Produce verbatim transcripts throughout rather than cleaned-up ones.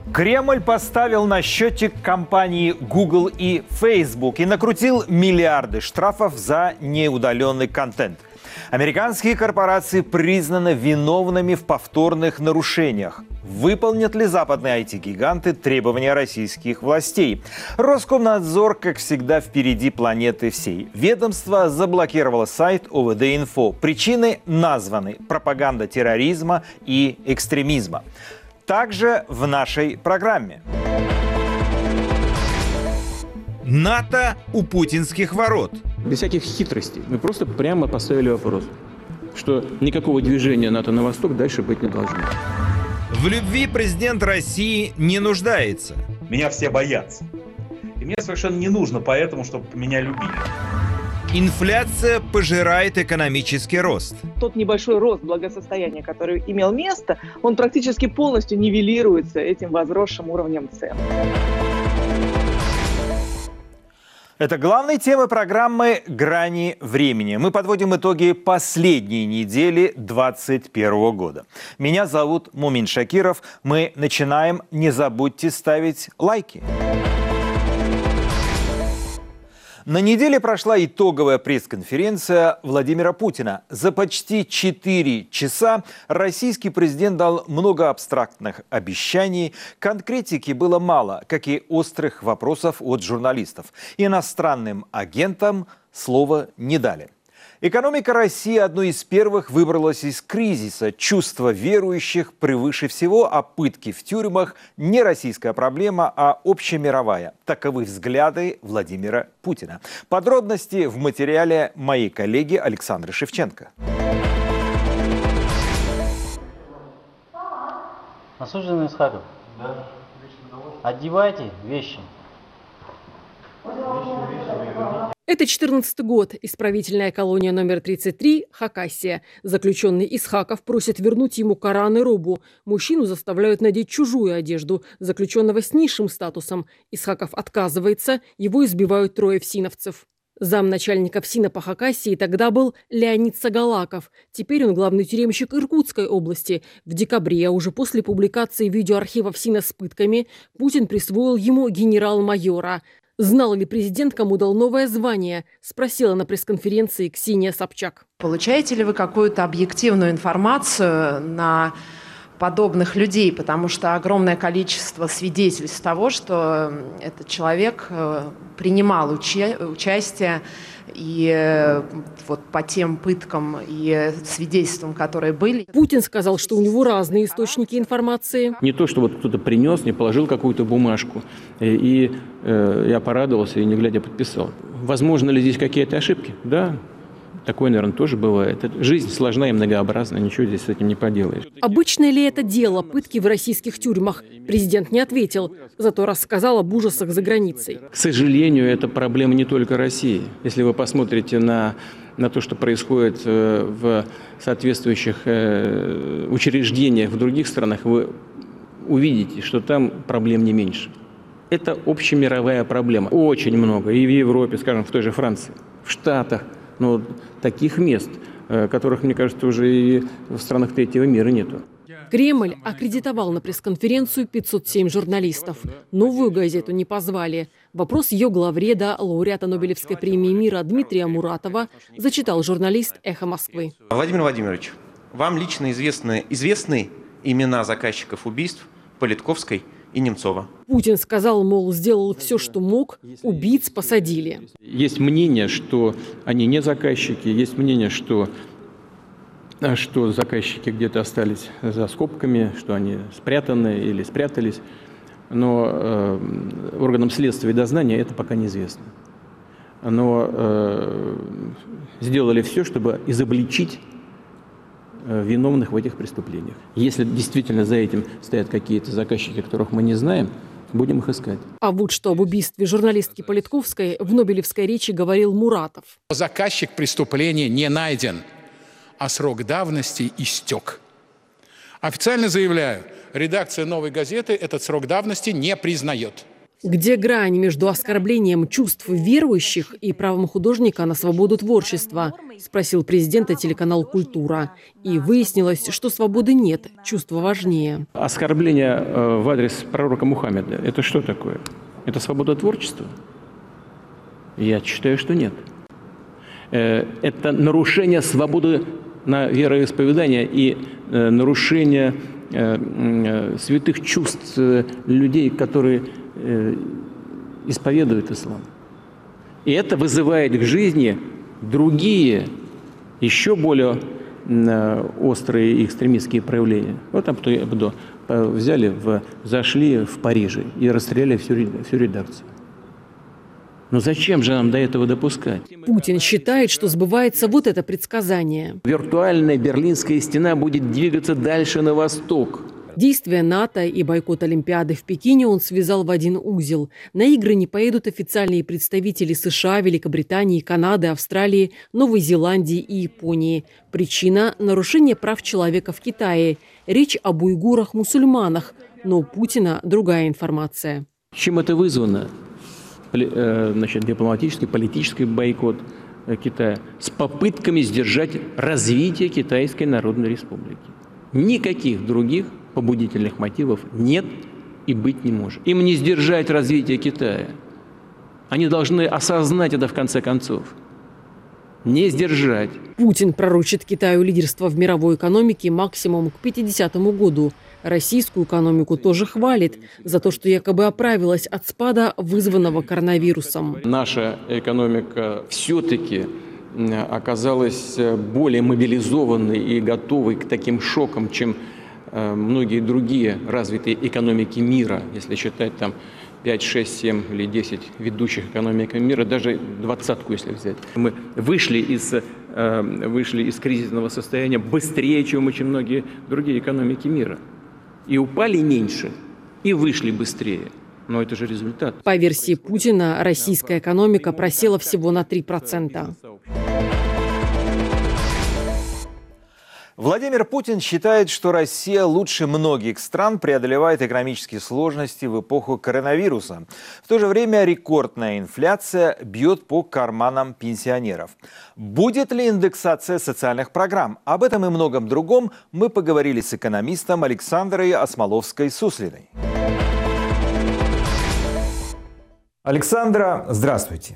Кремль поставил на счетчик компании Google и Facebook и накрутил миллиарды штрафов за неудаленный контент. Американские корпорации признаны виновными в повторных нарушениях. Выполнят ли западные ай ти-гиганты требования российских властей? Роскомнадзор, как всегда, впереди планеты всей. Ведомство заблокировало сайт о вэ дэ-инфо. Причины названы: пропаганда терроризма и экстремизма. Также в нашей программе. НАТО у путинских ворот. Без всяких хитростей. Мы просто прямо поставили вопрос, что никакого движения НАТО на восток дальше быть не должно. В любви президент России не нуждается. Меня все боятся. И мне совершенно не нужно поэтому, чтобы меня любили. Инфляция пожирает экономический рост. Тот небольшой рост благосостояния, который имел место, он практически полностью нивелируется этим возросшим уровнем цен. Это главные темы программы «Грани времени». Мы подводим итоги последней недели двадцать первого года. Меня зовут Мумин Шакиров. Мы начинаем. Не забудьте ставить лайки. На неделе прошла итоговая пресс-конференция Владимира Путина. За почти четыре часа российский президент дал много абстрактных обещаний. Конкретики было мало, как и острых вопросов от журналистов. Иностранным агентам слова не дали. Экономика России одной из первых выбралась из кризиса. Чувство верующих превыше всего, а пытки в тюрьмах не российская проблема, а общемировая. Таковы взгляды Владимира Путина. Подробности в материале моей коллеги Александры Шевченко. Осужденный Исхаков? Да. Одевайте вещи. Это четырнадцатый год. Исправительная колония номер тридцать три, Хакассия. Заключенный Исхаков просит вернуть ему Коран и робу. Мужчину заставляют надеть чужую одежду, заключенного с низшим статусом. Исхаков отказывается, его избивают трое фсиновцев. Замначальника ФСИНа по Хакассии тогда был Леонид Сагалаков. Теперь он главный тюремщик Иркутской области. В декабре, уже после публикации видеоархива ФСИНа с пытками, Путин присвоил ему генерал-майора. Знал ли президент, кому дал новое звание? Спросила на пресс-конференции Ксения Собчак. Получаете ли вы какую-то объективную информацию на подобных людей? Потому что огромное количество свидетельств того, что этот человек принимал уча- участие и вот по тем пыткам и свидетельствам, которые были. Путин сказал, что у него разные источники информации. Не то, что вот кто-то принес, не положил какую-то бумажку, и, и э, я порадовался и не глядя подписал. Возможно ли здесь какие-то ошибки? Да. Такое, наверное, тоже бывает. Жизнь сложна и многообразна, ничего здесь с этим не поделаешь. Обычное ли это дело, пытки в российских тюрьмах? Президент не ответил, зато рассказал об ужасах за границей. К сожалению, это проблема не только России. Если вы посмотрите на, на то, что происходит в соответствующих учреждениях в других странах, вы увидите, что там проблем не меньше. Это общемировая проблема. Очень много. И в Европе, скажем, в той же Франции, в Штатах. Но таких мест, которых, мне кажется, уже и в странах третьего мира нету. Кремль аккредитовал на пресс-конференцию пятьсот семь журналистов. Новую газету не позвали. Вопрос ее главреда, лауреата Нобелевской премии мира Дмитрия Муратова, зачитал журналист «Эхо Москвы». Владимир Владимирович, вам лично известны, известны имена заказчиков убийств Политковской и Немцова? Путин сказал, мол, сделал все, что мог, убийц посадили. Есть мнение, что они не заказчики, есть мнение, что, что заказчики где-то остались за скобками, что они спрятаны или спрятались. Но э, органам следствия и дознания это пока неизвестно. Но э, сделали все, чтобы изобличить виновных в этих преступлениях. Если действительно за этим стоят какие-то заказчики, которых мы не знаем, будем их искать. А вот что об убийстве журналистки Политковской в Нобелевской речи говорил Муратов. Заказчик преступления не найден, а срок давности истек. Официально заявляю, редакция «Новой газеты» этот срок давности не признает. Где грань между оскорблением чувств верующих и правом художника на свободу творчества? Спросил президента телеканал «Культура». И выяснилось, что свободы нет, чувства важнее. Оскорбление в адрес пророка Мухаммеда – это что такое? Это свобода творчества? Я считаю, что нет. Это нарушение свободы на вероисповедание и нарушение святых чувств людей, которые исповедуют ислам. И это вызывает к жизни другие, еще более острые экстремистские проявления. Вот там взяли, в, зашли в Париже и расстреляли всю, всю редакцию. Но зачем же нам до этого допускать? Путин считает, что сбывается вот это предсказание. Виртуальная Берлинская стена будет двигаться дальше на восток. Действия НАТО и бойкот Олимпиады в Пекине он связал в один узел. На игры не поедут официальные представители США, Великобритании, Канады, Австралии, Новой Зеландии и Японии. Причина – нарушение прав человека в Китае. Речь об уйгурах-мусульманах. Но у Путина другая информация. Чем это вызвано? Значит, дипломатический, политический бойкот Китая с попытками сдержать развитие Китайской Народной Республики. Никаких других побудительных мотивов нет и быть не может. Им не сдержать развитие Китая. Они должны осознать это в конце концов. Не сдержать. Путин пророчит Китаю лидерство в мировой экономике максимум к пятидесятому году. Российскую экономику тоже хвалит за то, что якобы оправилась от спада, вызванного коронавирусом. Наша экономика все-таки оказалась более мобилизованной и готовой к таким шокам, чем многие другие развитые экономики мира, если считать там пять, шесть, семь или десять ведущих экономик мира, даже двадцатку, если взять. Мы вышли из, вышли из кризисного состояния быстрее, чем очень многие другие экономики мира. И упали меньше, и вышли быстрее. Но это же результат. По версии Путина, российская экономика просела всего на три процента. Владимир Путин считает, что Россия лучше многих стран преодолевает экономические сложности в эпоху коронавируса. В то же время рекордная инфляция бьет по карманам пенсионеров. Будет ли индексация социальных программ? Об этом и многом другом мы поговорили с экономистом Александрой Осмоловской-Суслиной. Александра, здравствуйте.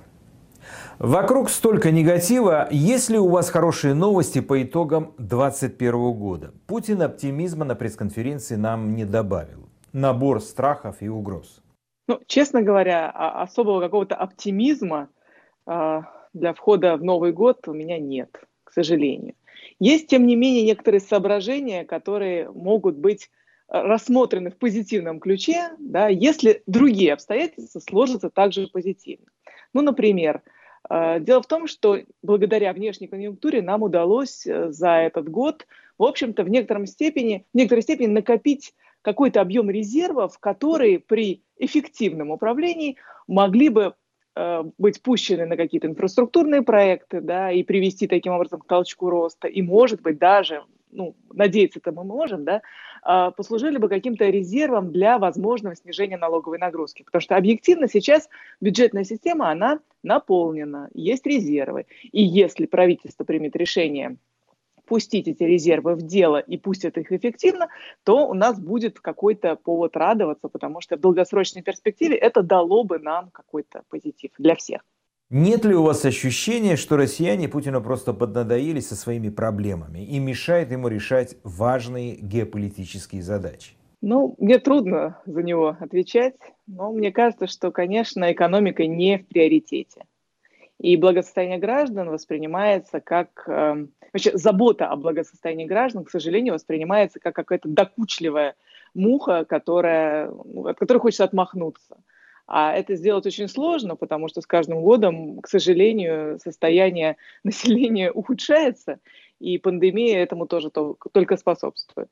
Вокруг столько негатива. Есть ли у вас хорошие новости по итогам две тысячи двадцать первого года? Путин оптимизма на пресс-конференции нам не добавил. Набор страхов и угроз. Ну, честно говоря, особого какого-то оптимизма э, для входа в Новый год у меня нет, к сожалению. Есть, тем не менее, некоторые соображения, которые могут быть рассмотрены в позитивном ключе, да, если другие обстоятельства сложатся также позитивно. Ну, например, дело в том, что благодаря внешней конъюнктуре нам удалось за этот год, в общем-то, в некотором степени, в некоторой степени накопить какой-то объем резервов, которые при эффективном управлении могли бы э, быть пущены на какие-то инфраструктурные проекты, да, и привести таким образом к толчку роста, и, может быть, даже, ну, надеяться-то мы можем, да, э, послужили бы каким-то резервом для возможного снижения налоговой нагрузки. Потому что объективно сейчас бюджетная система, она наполнена, есть резервы. И если правительство примет решение пустить эти резервы в дело и пустит их эффективно, то у нас будет какой-то повод радоваться, потому что в долгосрочной перспективе это дало бы нам какой-то позитив для всех. Нет ли у вас ощущения, что россияне Путину просто поднадоели со своими проблемами и мешает ему решать важные геополитические задачи? Ну, мне трудно за него отвечать, но мне кажется, что, конечно, экономика не в приоритете. И благосостояние граждан воспринимается как... Э, вообще, забота о благосостоянии граждан, к сожалению, воспринимается как какая-то докучливая муха, которая, ну, от которой хочется отмахнуться. А это сделать очень сложно, потому что с каждым годом, к сожалению, состояние населения ухудшается, и пандемия этому тоже только способствует.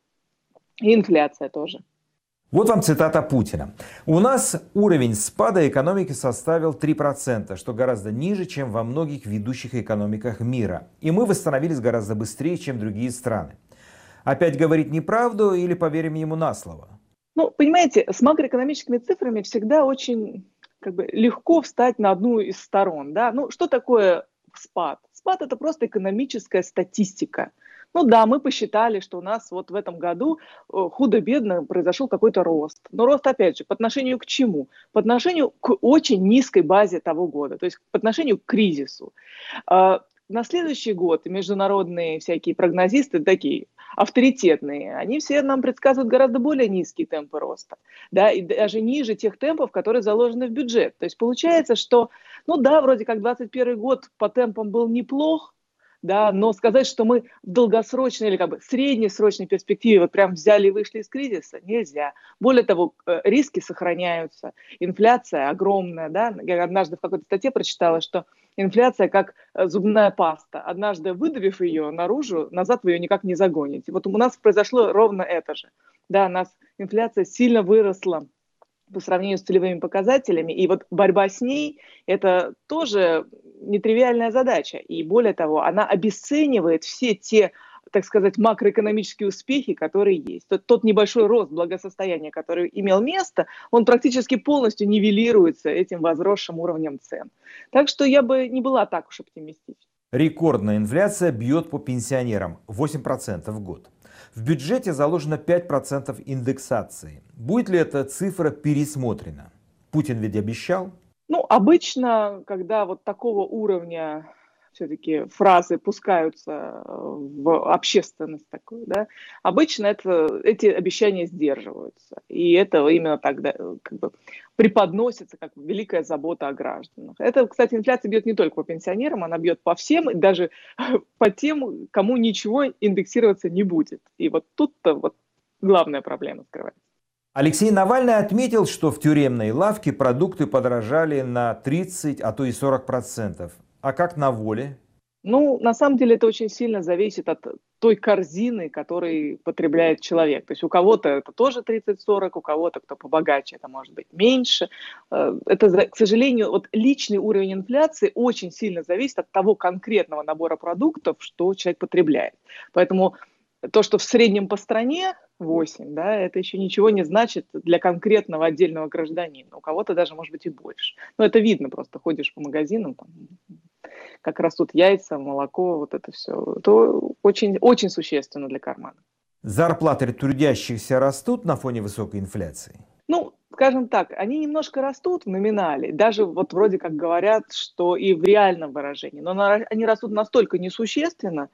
И инфляция тоже. Вот вам цитата Путина. «У нас уровень спада экономики составил три процента, что гораздо ниже, чем во многих ведущих экономиках мира. И мы восстановились гораздо быстрее, чем другие страны. Опять говорить неправду или поверим ему на слово?» Ну, понимаете, с макроэкономическими цифрами всегда очень как бы, легко встать на одну из сторон. Да? Ну, что такое спад? Спад – это просто экономическая статистика. Ну да, мы посчитали, что у нас вот в этом году худо-бедно произошел какой-то рост. Но рост, опять же, по отношению к чему? По отношению к очень низкой базе того года, то есть по отношению к кризису. На следующий год международные всякие прогнозисты, такие авторитетные, они все нам предсказывают гораздо более низкие темпы роста, да, и даже ниже тех темпов, которые заложены в бюджет. То есть получается, что, ну да, вроде как двадцать первый год по темпам был неплох, да, но сказать, что мы в долгосрочной или как бы среднесрочной перспективе вот прям взяли и вышли из кризиса, нельзя. Более того, риски сохраняются, инфляция огромная, да. Я однажды в какой-то статье прочитала, что инфляция как зубная паста. Однажды выдавив ее наружу, назад вы ее никак не загоните. Вот у нас произошло ровно это же. Да, у нас инфляция сильно выросла по сравнению с целевыми показателями, и вот борьба с ней – это тоже нетривиальная задача. И более того, она обесценивает все те, так сказать, макроэкономические успехи, которые есть. Тот, тот небольшой рост благосостояния, который имел место, он практически полностью нивелируется этим возросшим уровнем цен. Так что я бы не была так уж оптимистична. Рекордная инфляция бьет по пенсионерам – восемь процентов в год. В бюджете заложено пять процентов индексации. Будет ли эта цифра пересмотрена? Путин ведь обещал. Ну, обычно, когда вот такого уровня все-таки фразы пускаются в общественность такую, да, обычно это, эти обещания сдерживаются. И это именно тогда как бы преподносится как великая забота о гражданах. Это, кстати, инфляция бьет не только по пенсионерам, она бьет по всем, и даже по тем, кому ничего индексироваться не будет. И вот тут-то вот главная проблема скрывается. Алексей Навальный отметил, что в тюремной лавке продукты подорожали на тридцать, а то и сорок процентов. А как на воле? Ну, на самом деле это очень сильно зависит от той корзины, которую потребляет человек. То есть у кого-то это тоже тридцать-сорок, у кого-то, кто побогаче, это может быть меньше. Это, к сожалению, вот личный уровень инфляции очень сильно зависит от того конкретного набора продуктов, что человек потребляет. Поэтому то, что в среднем по стране восемь, да, это еще ничего не значит для конкретного отдельного гражданина. У кого-то даже может быть и больше. Но это видно просто, ходишь по магазинам, там, как растут яйца, молоко, вот это все. Это очень, очень существенно для кармана. Зарплаты трудящихся растут на фоне высокой инфляции? Ну, скажем так, они немножко растут в номинале, даже вот вроде как говорят, что и в реальном выражении, но они растут настолько несущественно,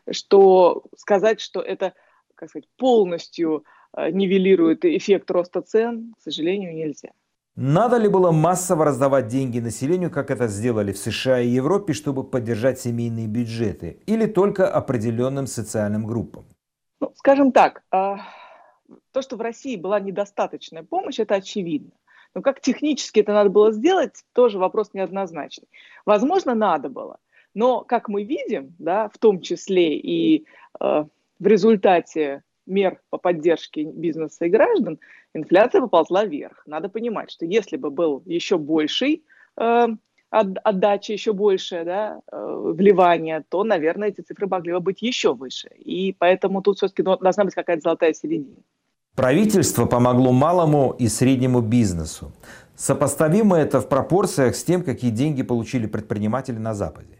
что сказать, что это, как сказать, полностью нивелирует эффект роста цен, к сожалению, нельзя. Надо ли было массово раздавать деньги населению, как это сделали в США и Европе, чтобы поддержать семейные бюджеты, или только определенным социальным группам? Ну, скажем так, то, что в России была недостаточная помощь, это очевидно. Но как технически это надо было сделать, тоже вопрос неоднозначный. Возможно, надо было. Но, как мы видим, да, в том числе и э, в результате мер по поддержке бизнеса и граждан, инфляция поползла вверх. Надо понимать, что если бы был еще больший э, отдача, еще большее, да, э, вливание, то, наверное, эти цифры могли бы быть еще выше. И поэтому тут все-таки должна быть какая-то золотая середина. Правительство помогло малому и среднему бизнесу. Сопоставимо это в пропорциях с тем, какие деньги получили предприниматели на Западе?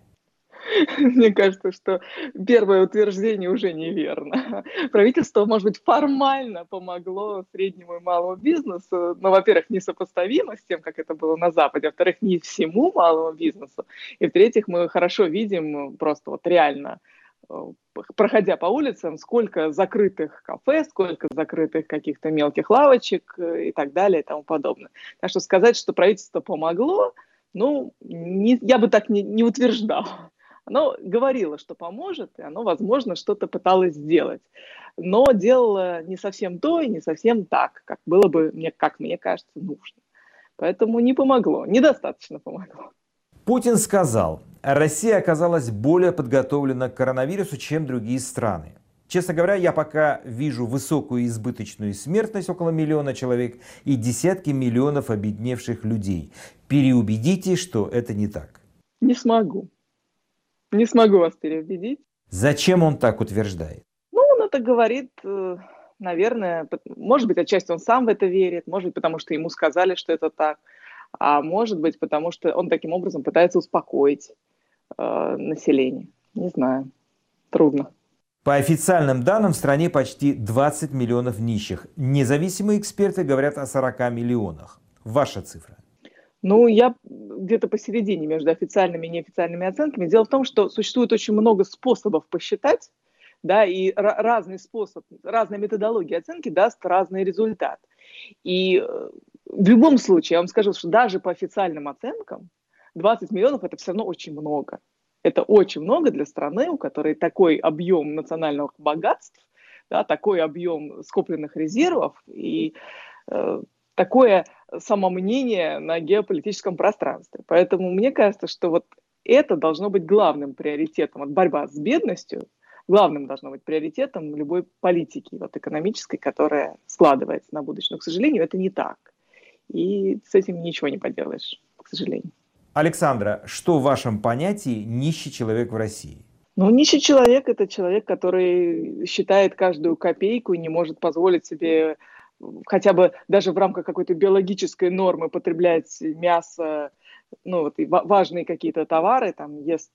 Мне кажется, что первое утверждение уже неверно. Правительство, может быть, формально помогло среднему и малому бизнесу, но, во-первых, несопоставимо с тем, как это было на Западе, во-вторых, не всему малому бизнесу, и, в-третьих, мы хорошо видим просто вот реально, проходя по улицам, сколько закрытых кафе, сколько закрытых каких-то мелких лавочек и так далее и тому подобное. Так что сказать, что правительство помогло, ну, не, я бы так не, не утверждала. Оно говорило, что поможет, и оно, возможно, что-то пыталось сделать. Но делало не совсем то и не совсем так, как было бы, мне, как мне кажется, нужно. Поэтому не помогло, недостаточно помогло. Путин сказал, Россия оказалась более подготовлена к коронавирусу, чем другие страны. Честно говоря, я пока вижу высокую избыточную смертность, около миллиона человек, и десятки миллионов обедневших людей. Переубедите, что это не так. Не смогу. Не смогу вас переубедить. Зачем он так утверждает? Ну, он это говорит, наверное, может быть, отчасти он сам в это верит, может быть, потому что ему сказали, что это так, а может быть, потому что он таким образом пытается успокоить э, население. Не знаю, трудно. По официальным данным, в стране почти двадцать миллионов нищих. Независимые эксперты говорят о сорока миллионах. Ваша цифра? Ну, я где-то посередине между официальными и неофициальными оценками. Дело в том, что существует очень много способов посчитать, да, и разный способ, разная методология оценки даст разный результат. И в любом случае, я вам скажу, что даже по официальным оценкам двадцать миллионов – это все равно очень много. Это очень много для страны, у которой такой объем национальных богатств, да, такой объем скопленных резервов и э, такое самомнение на геополитическом пространстве. Поэтому мне кажется, что вот это должно быть главным приоритетом. Вот борьба с бедностью главным должно быть приоритетом любой политики вот, экономической, которая складывается на будущее. Но, к сожалению, это не так. И с этим ничего не поделаешь, к сожалению. Александра, что в вашем понятии нищий человек в России? Ну, нищий человек – это человек, который считает каждую копейку и не может позволить себе хотя бы даже в рамках какой-то биологической нормы потреблять мясо, ну, вот, и важные какие-то товары, там, ест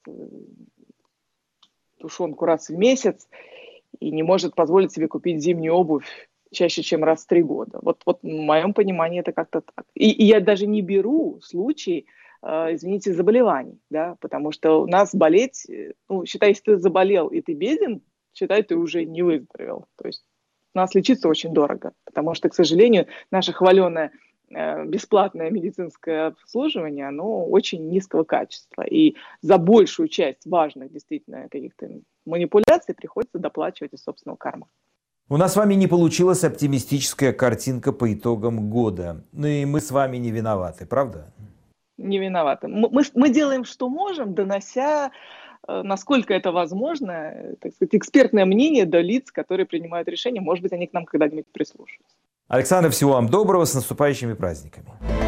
тушенку раз в месяц и не может позволить себе купить зимнюю обувь чаще, чем раз в три года. Вот, вот в моем понимании это как-то так. И, и я даже не беру случаи, э, извините, заболеваний, да, потому что у нас болеть, ну, считай, если ты заболел и ты беден, считай, ты уже не выздоровел. То есть у нас лечиться очень дорого, потому что, к сожалению, наше хваленое э, бесплатное медицинское обслуживание, оно очень низкого качества. И за большую часть важных действительно каких-то манипуляций приходится доплачивать из собственного кармана. У нас с вами не получилась оптимистическая картинка по итогам года. Ну и мы с вами не виноваты, правда? Не виноваты. Мы, мы, мы делаем, что можем, донося, э, насколько это возможно, так сказать, экспертное мнение до лиц, которые принимают решения. Может быть, они к нам когда-нибудь прислушаются. Александр, всего вам доброго, с наступающими праздниками.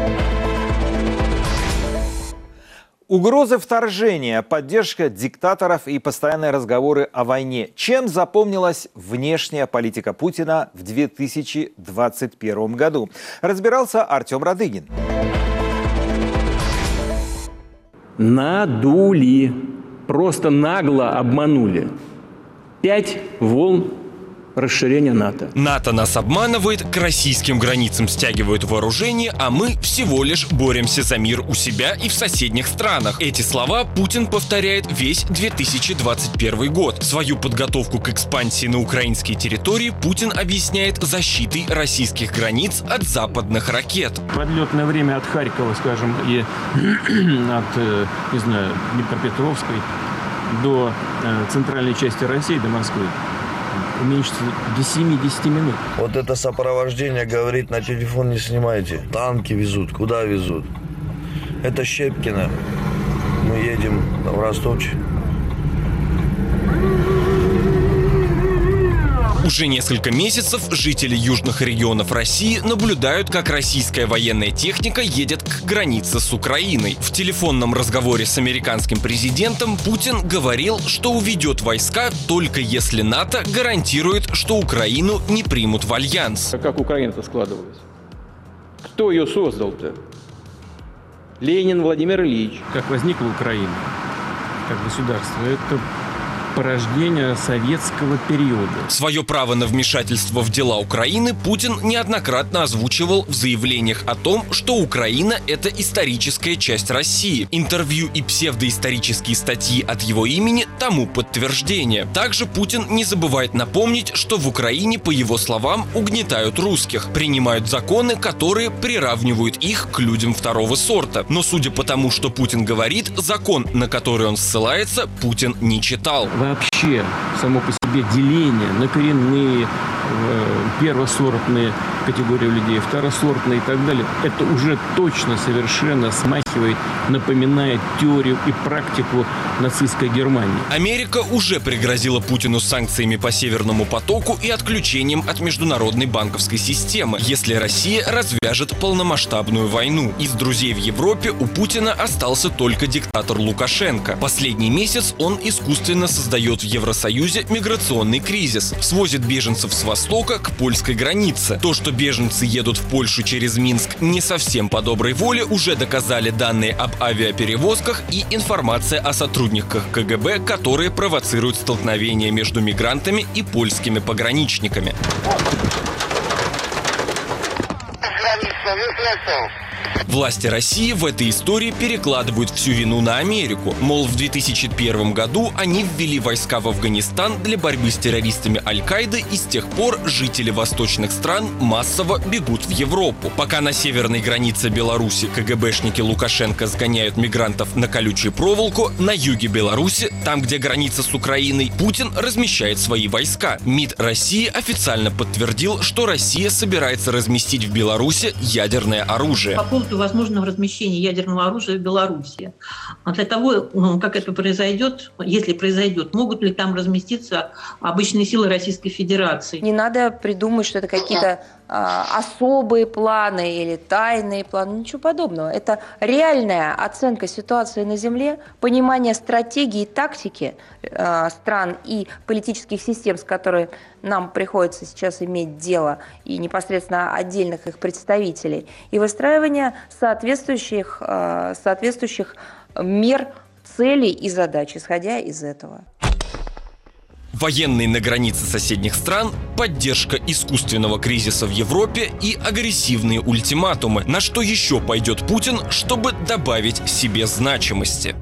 Угрозы вторжения, поддержка диктаторов и постоянные разговоры о войне. Чем запомнилась внешняя политика Путина в две тысячи двадцать первом году? Разбирался Артем Радыгин. Надули. Просто нагло обманули. Пять волн расширения НАТО. НАТО нас обманывает, к российским границам стягивают вооружение, а мы всего лишь боремся за мир у себя и в соседних странах. Эти слова Путин повторяет весь две тысячи двадцать первый год. Свою подготовку к экспансии на украинские территории Путин объясняет защитой российских границ от западных ракет. Подлетное время от Харькова, скажем, и от, не знаю, Днепропетровской до центральной части России, до Москвы, уменьшится до семидесяти минут. Вот это сопровождение, говорит, на телефон не снимайте. Танки везут, куда везут? Это Щепкино. Мы едем в Ростовчик. Уже несколько месяцев жители южных регионов России наблюдают, как российская военная техника едет к границе с Украиной. В телефонном разговоре с американским президентом Путин говорил, что уведет войска только если НАТО гарантирует, что Украину не примут в альянс. Как Украина-то складывалась? Кто ее создал-то? Ленин Владимир Ильич. Как возникла Украина как государство? Это порождение советского периода. Свое право на вмешательство в дела Украины Путин неоднократно озвучивал в заявлениях о том, что Украина – это историческая часть России. Интервью и псевдоисторические статьи от его имени тому подтверждение. Также Путин не забывает напомнить, что в Украине, по его словам, угнетают русских, принимают законы, которые приравнивают их к людям второго сорта. Но судя по тому, что Путин говорит, закон, на который он ссылается, Путин не читал. Вообще, само по себе деление на коренные, первосортные категории людей, второсортные и так далее, это уже точно совершенно смахивает, напоминает теорию и практику нацистской Германии. Америка уже пригрозила Путину санкциями по Северному потоку и отключением от международной банковской системы, если Россия развяжет полномасштабную войну. Из друзей в Европе у Путина остался только диктатор Лукашенко. Последний месяц он искусственно создает в Евросоюзе миграционный кризис, свозит беженцев с Востока востока к польской границе. То, что беженцы едут в Польшу через Минск не совсем по доброй воле, уже доказали данные об авиаперевозках и информация о сотрудниках ка гэ бэ, которые провоцируют столкновения между мигрантами и польскими пограничниками. Власти России в этой истории перекладывают всю вину на Америку. Мол, в две тысячи первом году они ввели войска в Афганистан для борьбы с террористами Аль-Каиды, и с тех пор жители восточных стран массово бегут в Европу. Пока на северной границе Беларуси ка гэ бэшники Лукашенко сгоняют мигрантов на колючую проволоку, на юге Беларуси, там, где граница с Украиной, Путин размещает свои войска. МИД России официально подтвердил, что Россия собирается разместить в Беларуси ядерное оружие. По поводу возможного размещения ядерного оружия в Беларуси. А для того, как это произойдет, если произойдет, могут ли там разместиться обычные силы Российской Федерации? Не надо придумать, что это какие-то а, особые планы или тайные планы, ничего подобного. Это реальная оценка ситуации на Земле, понимание стратегии и тактики а, стран и политических систем, с которыми нам приходится сейчас иметь дело, и непосредственно отдельных их представителей, и выстраивание соответствующих, а, соответствующих мер, целей и задач, исходя из этого. Военные на границе соседних стран, поддержка искусственного кризиса в Европе и агрессивные ультиматумы. На что еще пойдет Путин, чтобы добавить себе значимости?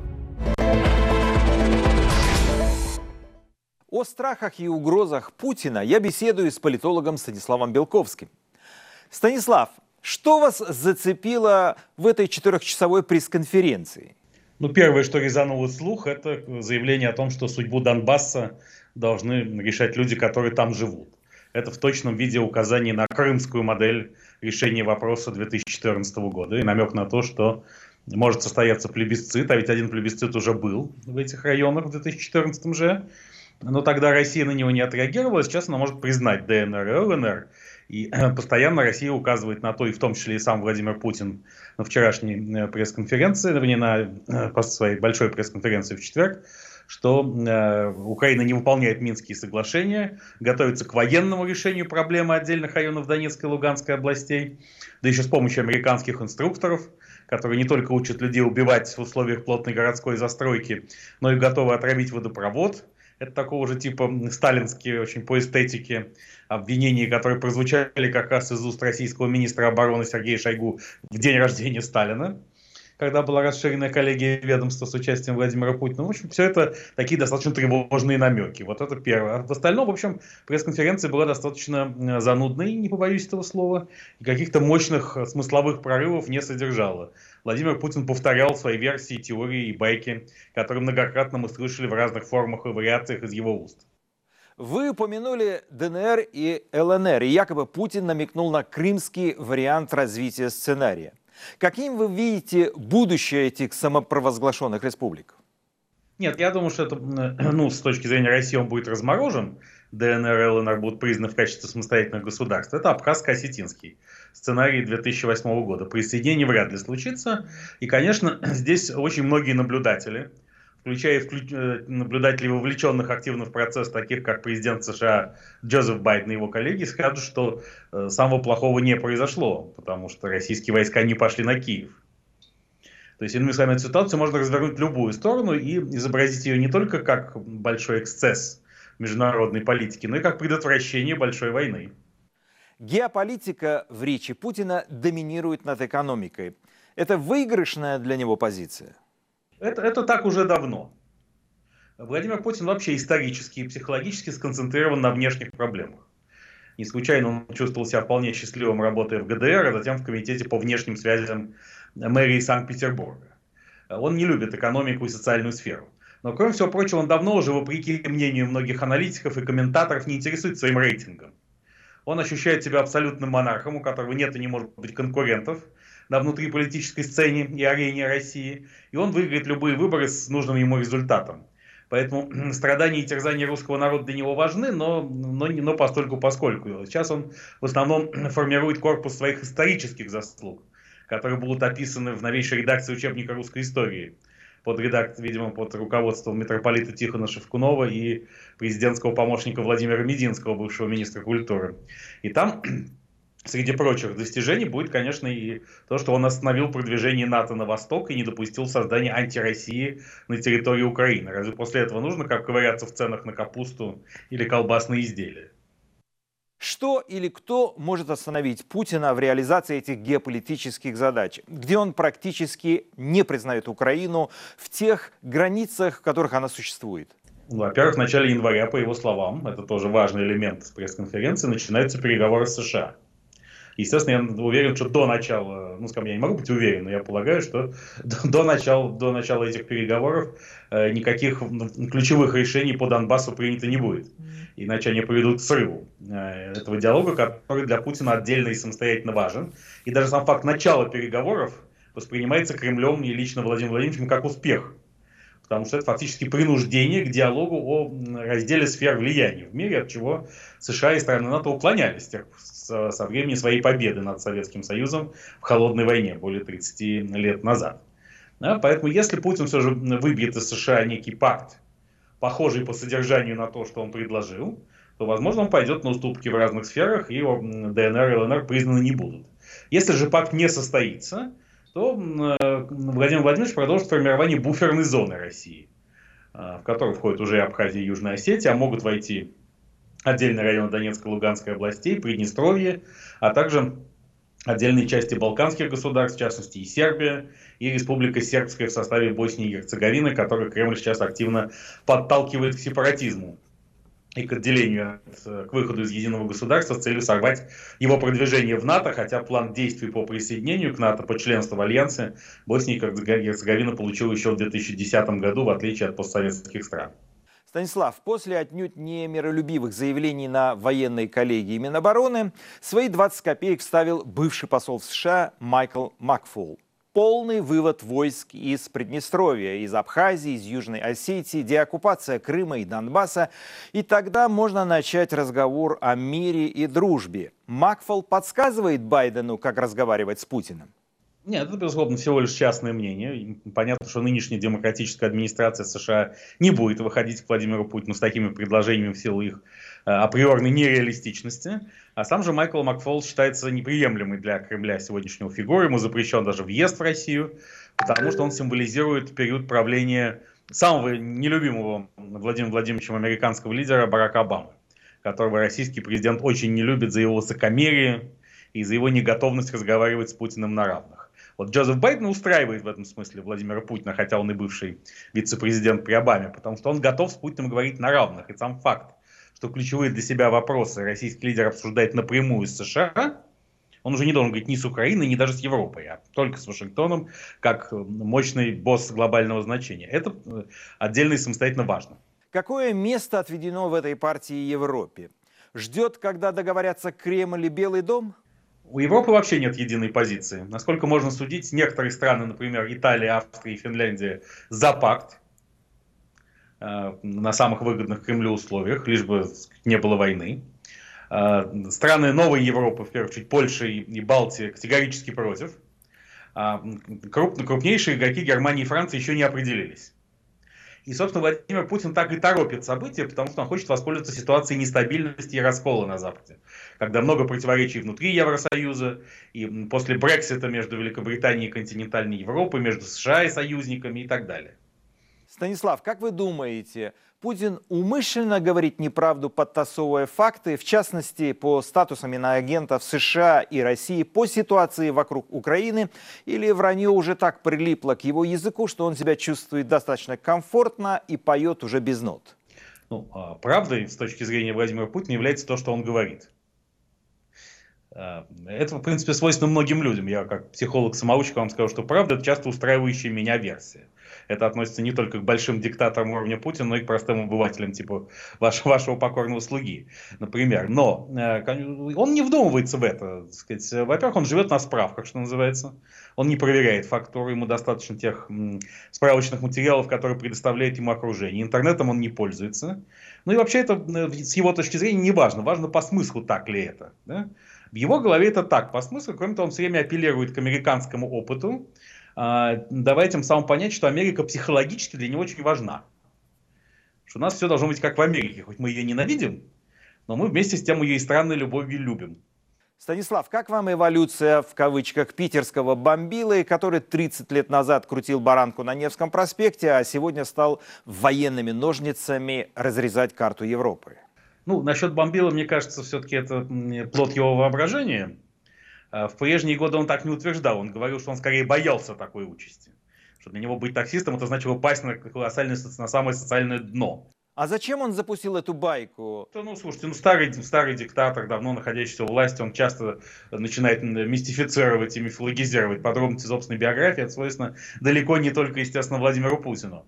О страхах и угрозах Путина я беседую с политологом Станиславом Белковским. Станислав, что вас зацепило в этой четырехчасовой пресс-конференции? Ну, первое, что резануло слух, это заявление о том, что судьбу Донбасса должны решать люди, которые там живут. Это в точном виде указание на крымскую модель решения вопроса две тысячи четырнадцатого года и намек на то, что может состояться плебисцит, а ведь один плебисцит уже был в этих районах в две тысячи четырнадцатом же. Но тогда Россия на него не отреагировала, сейчас она может признать дэ эн эр и эл эн эр. И постоянно Россия указывает на то, и в том числе и сам Владимир Путин на вчерашней пресс-конференции, вернее, на своей большой пресс-конференции в четверг, что э, Украина не выполняет Минские соглашения, готовится к военному решению проблемы отдельных районов Донецкой и Луганской областей, да еще с помощью американских инструкторов, которые не только учат людей убивать в условиях плотной городской застройки, но и готовы отравить водопровод. Это такого же типа сталинские, очень по эстетике, обвинения, которые прозвучали как раз из уст российского министра обороны Сергея Шойгу в день рождения Сталина, когда была расширенная коллегия ведомства с участием Владимира Путина. В общем, все это такие достаточно тревожные намеки. Вот это первое. А в остальном, в общем, пресс-конференция была достаточно занудной, не побоюсь этого слова, и каких-то мощных смысловых прорывов не содержала. Владимир Путин повторял свои версии, теории и байки, которые многократно мы слышали в разных формах и вариациях из его уст. Вы упомянули дэ эн эр и эл эн эр, и якобы Путин намекнул на крымский вариант развития сценария. Каким вы видите будущее этих самопровозглашенных республик? Нет, я думаю, что это, ну, с точки зрения России он будет разморожен. дэ эн эр и эл эн эр будут признаны в качестве самостоятельных государств. Это абхазско-осетинский сценарий две тысячи восьмого года. Присоединение вряд ли случится. И, конечно, здесь очень многие наблюдатели, включая наблюдателей, вовлеченных активно в процесс, таких как президент США Джозеф Байден и его коллеги, скажут, что самого плохого не произошло, потому что российские войска не пошли на Киев. То есть, иными словами, эту ситуацию можно развернуть в любую сторону и изобразить ее не только как большой эксцесс международной политики, но и как предотвращение большой войны. Геополитика в речи Путина доминирует над экономикой. Это выигрышная для него позиция? Это, это так уже давно. Владимир Путин вообще исторически и психологически сконцентрирован на внешних проблемах. Не случайно он чувствовал себя вполне счастливым, работая в гэ дэ эр, а затем в Комитете по внешним связям мэрии Санкт-Петербурга. Он не любит экономику и социальную сферу. Но, кроме всего прочего, он давно уже, вопреки мнению многих аналитиков и комментаторов, не интересуется своим рейтингом. Он ощущает себя абсолютным монархом, у которого нет и не может быть конкурентов на внутриполитической сцене и арене России. И он выиграет любые выборы с нужным ему результатом. Поэтому страдания и терзания русского народа для него важны, но, но, но постольку-поскольку. Сейчас он в основном формирует корпус своих исторических заслуг, которые будут описаны в новейшей редакции учебника русской истории под редакт, видимо, под руководством митрополита Тихона Шевкунова и президентского помощника Владимира Мединского, бывшего министра культуры. И там, среди прочих достижений, будет, конечно, и то, что он остановил продвижение НАТО на восток и не допустил создания антироссии на территории Украины. Разве после этого нужно, как ковыряться в ценах на капусту или колбасные изделия? Что или кто может остановить Путина в реализации этих геополитических задач, где он практически не признает Украину в тех границах, в которых она существует? Во-первых, в начале января, по его словам, это тоже важный элемент пресс-конференции, начинаются переговоры с США. Естественно, я уверен, что до начала, ну, скажем, я не могу быть уверен, но я полагаю, что до, до, начала, до начала этих переговоров э, никаких ключевых решений по Донбассу принято не будет. Иначе они приведут к срыву э, этого диалога, который для Путина отдельно и самостоятельно важен. И даже сам факт начала переговоров воспринимается Кремлем и лично Владимиром Владимировичем как успех. Потому что это фактически принуждение к диалогу о разделе сфер влияния в мире, от чего США и страны НАТО уклонялись со, со времени своей победы над Советским Союзом в холодной войне более тридцати лет назад. Да, поэтому если Путин все же выбьет из США некий пакт, похожий по содержанию на то, что он предложил, то, возможно, он пойдет на уступки в разных сферах, и ДНР и ЛНР признаны не будут. Если же пакт не состоится, то Владимир Владимирович продолжит формирование буферной зоны России, в которую входят уже Абхазия и Южная Осетия, а могут войти отдельные районы Донецкой и Луганской областей, Приднестровье, а также отдельные части балканских государств, в частности и Сербия, и Республика Сербская в составе Боснии и Герцеговины, которую Кремль сейчас активно подталкивает к сепаратизму и к отделению, к выходу из единого государства с целью сорвать его продвижение в НАТО, хотя план действий по присоединению к НАТО, по членству в Альянсе, Босния и Герцеговина получила еще в две тысячи десятом году, в отличие от постсоветских стран. Станислав, после отнюдь не миролюбивых заявлений на военной коллегии Минобороны, свои двадцать копеек вставил бывший посол в США Майкл Макфол. Полный вывод войск из Приднестровья, из Абхазии, из Южной Осетии, деоккупация Крыма и Донбасса. И тогда можно начать разговор о мире и дружбе. Макфол подсказывает Байдену, как разговаривать с Путиным? Нет, это, безусловно, всего лишь частное мнение. Понятно, что нынешняя демократическая администрация США не будет выходить к Владимиру Путину с такими предложениями в силу их априорной нереалистичности. А сам же Майкл Макфол считается неприемлемой для Кремля сегодняшнего фигуры. Ему запрещен даже въезд в Россию, потому что он символизирует период правления самого нелюбимого Владимиром Владимировичем американского лидера Барака Обамы, которого российский президент очень не любит за его высокомерие и за его неготовность разговаривать с Путиным на равных. Вот Джозеф Байден устраивает в этом смысле Владимира Путина, хотя он и бывший вице-президент при Обаме, потому что он готов с Путиным говорить на равных. И сам факт, что ключевые для себя вопросы российский лидер обсуждает напрямую с США, он уже не должен говорить ни с Украиной, ни даже с Европой, а только с Вашингтоном, как мощный босс глобального значения. Это отдельно и самостоятельно важно. Какое место отведено в этой партии Европе? Ждет, когда договорятся Кремль и Белый дом? У Европы вообще нет единой позиции. Насколько можно судить, некоторые страны, например, Италия, Австрия и Финляндия, за пакт э, на самых выгодных Кремлю условиях, лишь бы не было войны. Э, страны новой Европы, в первую очередь Польша и Балтия, категорически против. А круп, крупнейшие игроки Германии и Франции еще не определились. И, собственно, Владимир Путин так и торопит события, потому что он хочет воспользоваться ситуацией нестабильности и раскола на Западе. Когда много противоречий внутри Евросоюза, и после Брексита между Великобританией и континентальной Европой, между США и союзниками и так далее. Станислав, как вы думаете, Путин умышленно говорит неправду, подтасовывая факты, в частности, по статусам иноагентов США и России, по ситуации вокруг Украины, или вранье уже так прилипло к его языку, что он себя чувствует достаточно комфортно и поет уже без нот? Ну, правдой с точки зрения Владимира Путина является то, что он говорит. Это, в принципе, свойственно многим людям. Я, как психолог-самоучка, вам скажу, что правда – это часто устраивающая меня версия. Это относится не только к большим диктаторам уровня Путина, но и к простым обывателям, типа вашего, вашего покорного слуги, например. Но э, он не вдумывается в это. Во-первых, он живет на справках, что называется. Он не проверяет фактуру, ему достаточно тех м, справочных материалов, которые предоставляет ему окружение. Интернетом он не пользуется. Ну и вообще это с его точки зрения не важно. Важно по смыслу, так ли это. Да? В его голове это так, по смыслу. Кроме того, он все время апеллирует к американскому опыту, давая тем самым понять, что Америка психологически для него очень важна. Что у нас все должно быть как в Америке, хоть мы ее ненавидим, но мы вместе с тем ее и странной любовью любим. Станислав, как вам эволюция, в кавычках, питерского бомбилы, который тридцать лет назад крутил баранку на Невском проспекте, а сегодня стал военными ножницами разрезать карту Европы? Ну, насчет бомбила, мне кажется, все-таки это плод его воображения. В прежние годы он так не утверждал. Он говорил, что он скорее боялся такой участи. Что для него быть таксистом — это значило упасть на, колоссальное, на самое социальное дно. А зачем он запустил эту байку? Ну, слушайте, ну, старый, старый диктатор, давно находящийся у власти, он часто начинает мистифицировать и мифологизировать подробности собственной биографии. Это свойственно далеко не только, естественно, Владимиру Путину.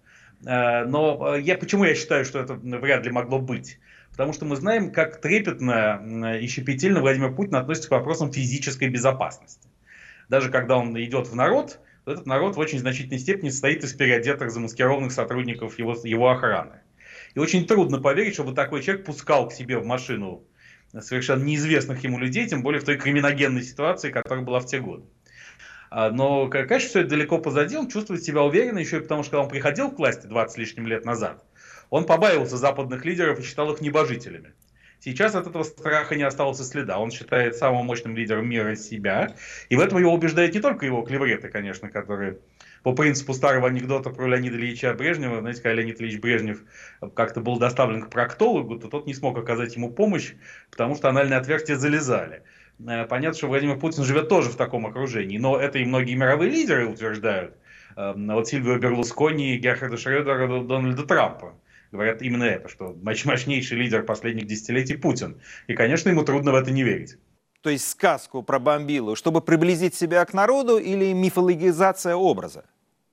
Но я, почему я считаю, что это вряд ли могло быть? Потому что мы знаем, как трепетно и щепетильно Владимир Путин относится к вопросам физической безопасности. Даже когда он идет в народ, то этот народ в очень значительной степени состоит из переодетых, замаскированных сотрудников его, его охраны. И очень трудно поверить, чтобы такой человек пускал к себе в машину совершенно неизвестных ему людей, тем более в той криминогенной ситуации, которая была в те годы. Но, конечно, все это далеко позади, он чувствует себя уверенно, еще и потому, что когда он приходил к власти двадцать с лишним лет назад, он побаивался западных лидеров и считал их небожителями. Сейчас от этого страха не осталось и следа. Он считает самым мощным лидером мира себя. И в этом его убеждают не только его клевреты, конечно, которые по принципу старого анекдота про Леонида Ильича Брежнева, знаете, когда Леонид Ильич Брежнев как-то был доставлен к проктологу, то тот не смог оказать ему помощь, потому что анальные отверстия залезали. Понятно, что Владимир Путин живет тоже в таком окружении, но это и многие мировые лидеры утверждают. Вот Сильвио Берлускони, Герхарда Шредера, Дональда Трампа говорят именно это, что мощнейший лидер последних десятилетий Путин. И, конечно, ему трудно в это не верить. То есть сказку про бомбилу, чтобы приблизить себя к народу, или мифологизация образа?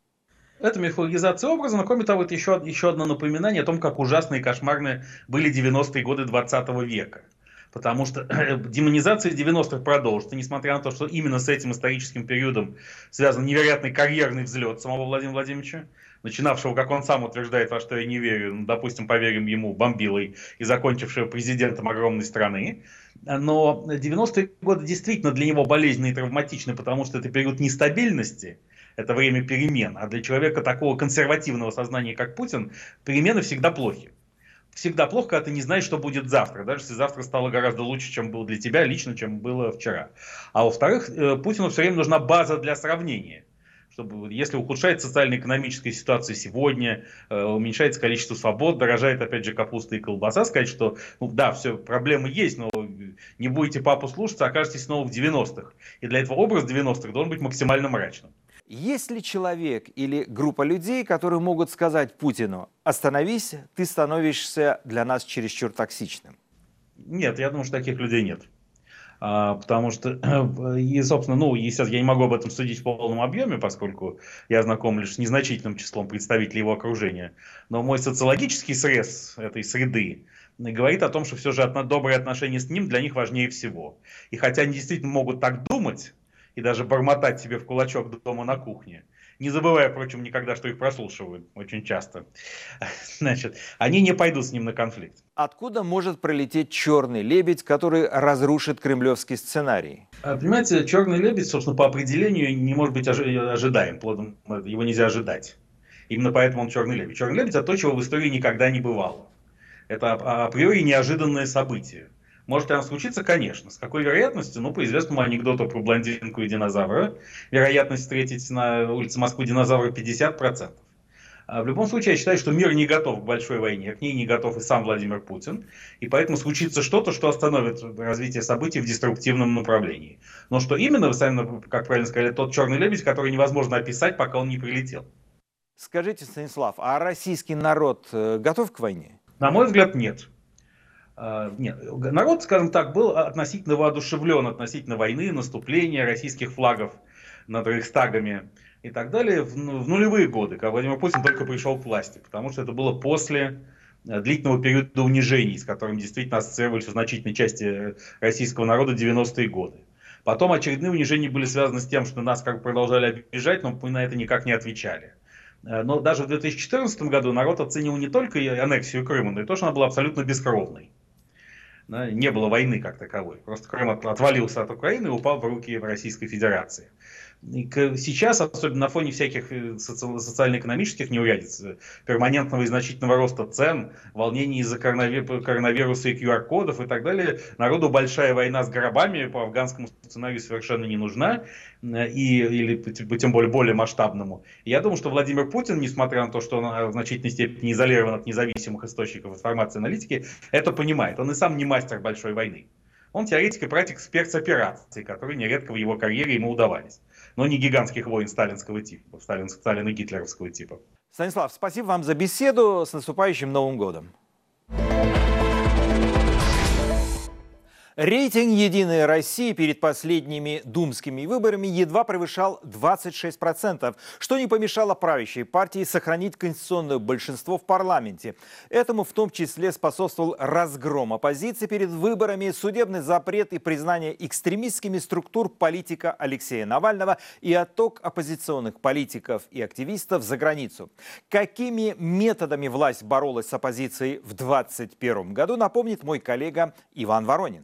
Это мифологизация образа, но кроме того, это еще, еще одно напоминание о том, как ужасные и кошмарные были девяностые годы двадцатого века. Потому что демонизация девяностых продолжится, несмотря на то, что именно с этим историческим периодом связан невероятный карьерный взлет самого Владимира Владимировича, начинавшего, как он сам утверждает, во что я не верю, ну, допустим, поверим ему, бомбилой, и закончившего президентом огромной страны. Но девяностые годы действительно для него болезненны и травматичны, потому что это период нестабильности, это время перемен. А для человека такого консервативного сознания, как Путин, перемены всегда плохи. Всегда плохо, когда ты не знаешь, что будет завтра. Даже если завтра стало гораздо лучше, чем было для тебя лично, чем было вчера. А во-вторых, Путину все время нужна база для сравнения. Чтобы, если ухудшается социально-экономическая ситуация сегодня, уменьшается количество свобод, дорожает опять же капуста и колбаса, сказать, что ну, да, все, проблемы есть, но не будете папу слушаться, окажетесь снова в девяностых. И для этого образ девяностых должен быть максимально мрачным. Есть ли человек или группа людей, которые могут сказать Путину: остановись, ты становишься для нас чересчур токсичным? Нет, я думаю, что таких людей нет. А, потому что, и, собственно, ну, естественно, я не могу об этом судить в полном объеме, поскольку я знаком лишь с незначительным числом представителей его окружения. Но мой социологический срез этой среды говорит о том, что все же добрые отношения с ним для них важнее всего. И хотя они действительно могут так думать, и даже бормотать себе в кулачок дома на кухне, не забывая, впрочем, никогда, что их прослушивают очень часто, значит, они не пойдут с ним на конфликт. Откуда может пролететь черный лебедь, который разрушит кремлевский сценарий? Понимаете, черный лебедь, собственно, по определению не может быть ожидаем, плодом, его нельзя ожидать. Именно поэтому он черный лебедь. Черный лебедь — это то, чего в истории никогда не бывало. Это априори неожиданное событие. Может ли оно случиться? Конечно. С какой вероятностью? Ну, по известному анекдоту про блондинку и динозавра, вероятность встретить на улице Москвы динозавра пятьдесят процентов. А в любом случае, я считаю, что мир не готов к большой войне, к ней не готов и сам Владимир Путин, и поэтому случится что-то, что остановит развитие событий в деструктивном направлении. Но что именно, вы сами, как правильно сказали, тот черный лебедь, который невозможно описать, пока он не прилетел. Скажите, Станислав, а российский народ готов к войне? На мой взгляд, нет. Нет, народ, скажем так, был относительно воодушевлен относительно войны, наступления, российских флагов над рейхстагами и так далее в, в нулевые годы, когда Владимир Путин только пришел к власти, потому что это было после длительного периода унижений, с которым действительно ассоциировались в значительной части российского народа девяностые годы. Потом очередные унижения были связаны с тем, что нас как бы продолжали обижать, но мы на это никак не отвечали. Но даже в две тысячи четырнадцатом году народ оценил не только аннексию Крыма, но и то, что она была абсолютно бескровной. Не было войны как таковой. Просто Крым отвалился от Украины и упал в руки Российской Федерации. Сейчас, особенно на фоне всяких соци- социально-экономических неурядиц, перманентного и значительного роста цен, волнений из-за коронавир- коронавируса и ку ар кодов и так далее, народу большая война с гробами по афганскому сценарию совершенно не нужна, и, или тем более более масштабному. И я думаю, что Владимир Путин, несмотря на то, что он в значительной степени изолирован от независимых источников информации и аналитики, это понимает. Он и сам не мастер большой войны. Он теоретик и практик спецопераций, которые нередко в его карьере ему удавались. Но не гигантских войн сталинского типа, сталина гитлеровского типа. Станислав, спасибо вам за беседу. С наступающим Новым годом. Рейтинг «Единой России» перед последними думскими выборами едва превышал двадцать шесть процентов, что не помешало правящей партии сохранить конституционное большинство в парламенте. Этому в том числе способствовал разгром оппозиции перед выборами, судебный запрет и признание экстремистскими структур политика Алексея Навального и отток оппозиционных политиков и активистов за границу. Какими методами власть боролась с оппозицией в двадцать первом году, напомнит мой коллега Иван Воронин.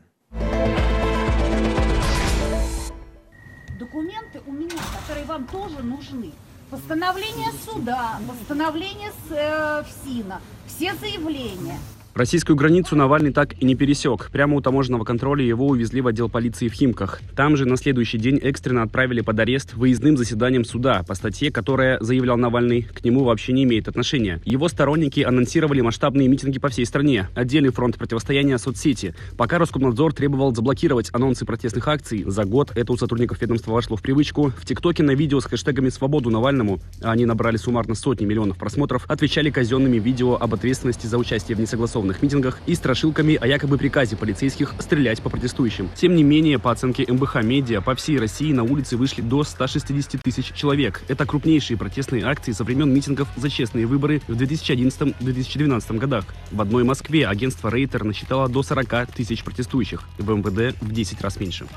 Документы у меня, которые вам тоже нужны. Постановление суда, постановление с э, ФСИНа, все заявления. Российскую границу Навальный так и не пересек. Прямо у таможенного контроля его увезли в отдел полиции в Химках. Там же на следующий день экстренно отправили под арест выездным заседанием суда по статье, которая, заявлял Навальный, к нему вообще не имеет отношения. Его сторонники анонсировали масштабные митинги по всей стране. Отдельный фронт противостояния соцсети. Пока Роскомнадзор требовал заблокировать анонсы протестных акций, за год это у сотрудников ведомства вошло в привычку. В ТикТоке на видео с хэштегами «Свободу Навальному», а они набрали суммарно сотни миллионов просмотров, отвечали казенными видео об ответственности за участие в несогласованных митингах и страшилками о якобы приказе полицейских стрелять по протестующим. Тем не менее, по оценке эм бэ ха Медиа, по всей России на улицы вышли до ста шестидесяти тысяч человек. Это крупнейшие протестные акции со времен митингов за честные выборы в две тысячи одиннадцатом — две тысячи двенадцатом годах. В одной Москве агентство Рейтер насчитало до сорока тысяч протестующих, в эм вэ дэ в десять раз меньше.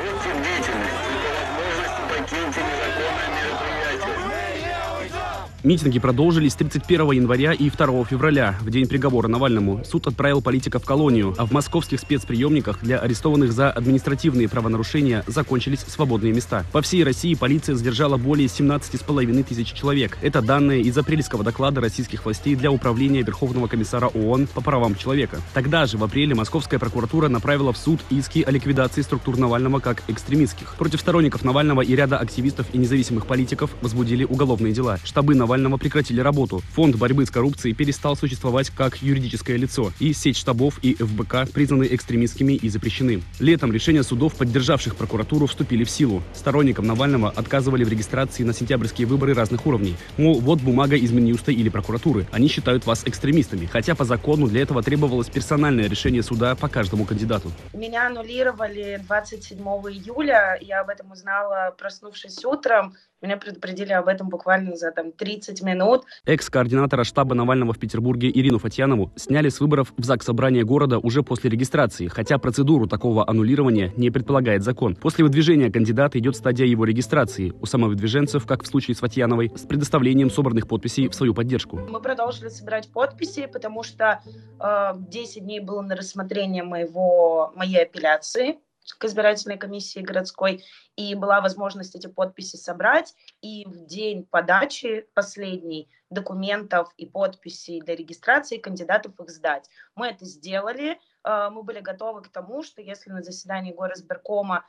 Митинги продолжились тридцать первого января и второго февраля, в день приговора Навальному. Суд отправил политика в колонию, а в московских спецприемниках для арестованных за административные правонарушения закончились свободные места. По всей России полиция задержала более семнадцати с половиной тысяч человек. Это данные из апрельского доклада российских властей для Управления Верховного комиссара ООН по правам человека. Тогда же, в апреле, московская прокуратура направила в суд иски о ликвидации структур Навального как экстремистских. Против сторонников Навального и ряда активистов и независимых политиков возбудили уголовные дела. Штабы Навального прекратили работу. Фонд борьбы с коррупцией перестал существовать как юридическое лицо, и сеть штабов и эф бэ ка признаны экстремистскими и запрещены. Летом решения судов, поддержавших прокуратуру, вступили в силу. Сторонникам Навального отказывали в регистрации на сентябрьские выборы разных уровней. Мол, вот бумага из Минюста или прокуратуры. Они считают вас экстремистами. Хотя по закону для этого требовалось персональное решение суда по каждому кандидату. Меня аннулировали двадцать седьмого июля. Я об этом узнала, проснувшись утром. Меня предупредили об этом буквально за там, тридцать минут. Экс-координатора штаба Навального в Петербурге Ирину Фатьянову сняли с выборов в Заксобрание города уже после регистрации, хотя процедуру такого аннулирования не предполагает закон. После выдвижения кандидата идет стадия его регистрации. У самовыдвиженцев, как в случае с Фатьяновой, с предоставлением собранных подписей в свою поддержку. Мы продолжили собирать подписи, потому что э, десять дней было на рассмотрение моего, моей апелляции к избирательной комиссии городской, и была возможность эти подписи собрать, и в день подачи последней документов и подписей для регистрации кандидатов их сдать. Мы это сделали, мы были готовы к тому, что если на заседании горосберкома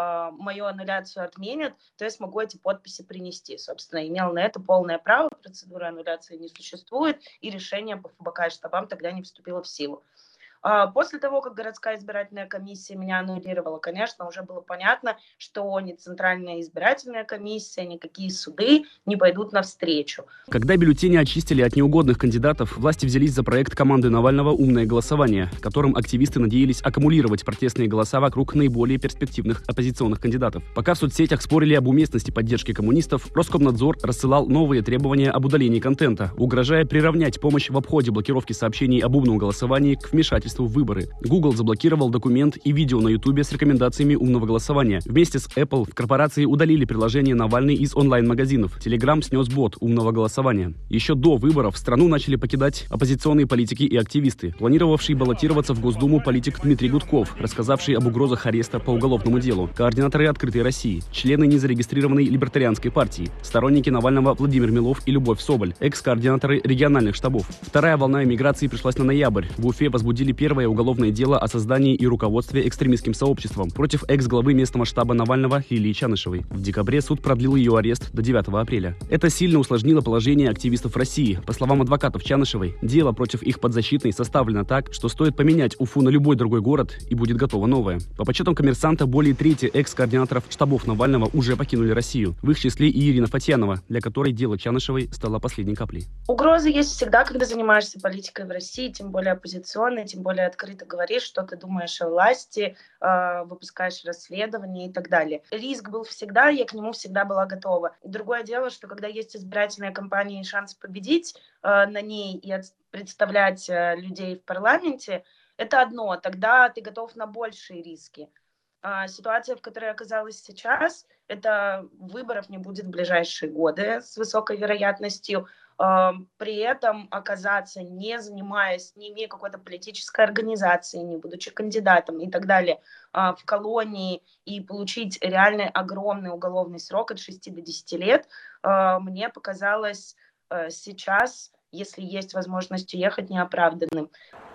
мою аннуляцию отменят, то я смогу эти подписи принести. Собственно, имел на это полное право, процедуры аннуляции не существует, и решение по эф бэ ка и штабам тогда не вступило в силу. После того, как городская избирательная комиссия меня аннулировала, конечно, уже было понятно, что ни Центральная избирательная комиссия, никакие суды не пойдут навстречу. Когда бюллетени очистили от неугодных кандидатов, власти взялись за проект команды Навального «Умное голосование», в котором активисты надеялись аккумулировать протестные голоса вокруг наиболее перспективных оппозиционных кандидатов. Пока в соцсетях спорили об уместности поддержки коммунистов, Роскомнадзор рассылал новые требования об удалении контента, угрожая приравнять помощь в обходе блокировки сообщений об умном голосовании к вмешательству вмешательству в выборы. Google заблокировал документ и видео на YouTube с рекомендациями умного голосования. Вместе с Apple в корпорации удалили приложение Навальный из онлайн-магазинов. Telegram снес бот умного голосования. Еще до выборов страну начали покидать оппозиционные политики и активисты. Планировавший баллотироваться в Госдуму политик Дмитрий Гудков, рассказавший об угрозах ареста по уголовному делу. Координаторы «Открытой России», члены незарегистрированной либертарианской партии, сторонники Навального Владимир Милов и Любовь Соболь, экс-координаторы региональных штабов. Вторая волна эмиграции пришлась на ноябрь. В Уфе возбудили первое уголовное дело о создании и руководстве экстремистским сообществом против экс-главы местного штаба Навального Лилии Чанышевой. В декабре суд продлил ее арест до девятого апреля. Это сильно усложнило положение активистов в России. По словам адвокатов Чанышевой, дело против их подзащитной составлено так, что стоит поменять Уфу на любой другой город, и будет готово новое. По подсчетам «Коммерсанта», более трети экс-координаторов штабов Навального уже покинули Россию. В их числе и Ирина Фатьянова, для которой дело Чанышевой стало последней каплей. Угрозы есть всегда, когда занимаешься политикой в России, тем более оппозиционной, тем более открыто говоришь, что ты думаешь о власти, э, выпускаешь расследования и так далее. Риск был всегда, я к нему всегда была готова. Другое дело, что когда есть избирательная кампания и шанс победить э, на ней и от, представлять э, людей в парламенте, это одно, тогда ты готов на большие риски. А ситуация, в которой оказалась сейчас, это выборов не будет в ближайшие годы с высокой вероятностью. При этом оказаться, не занимаясь, не имея какой-то политической организации, не будучи кандидатом и так далее, в колонии и получить реальный огромный уголовный срок от шести до десяти лет, мне показалось сейчас, если есть возможность уехать, неоправданным.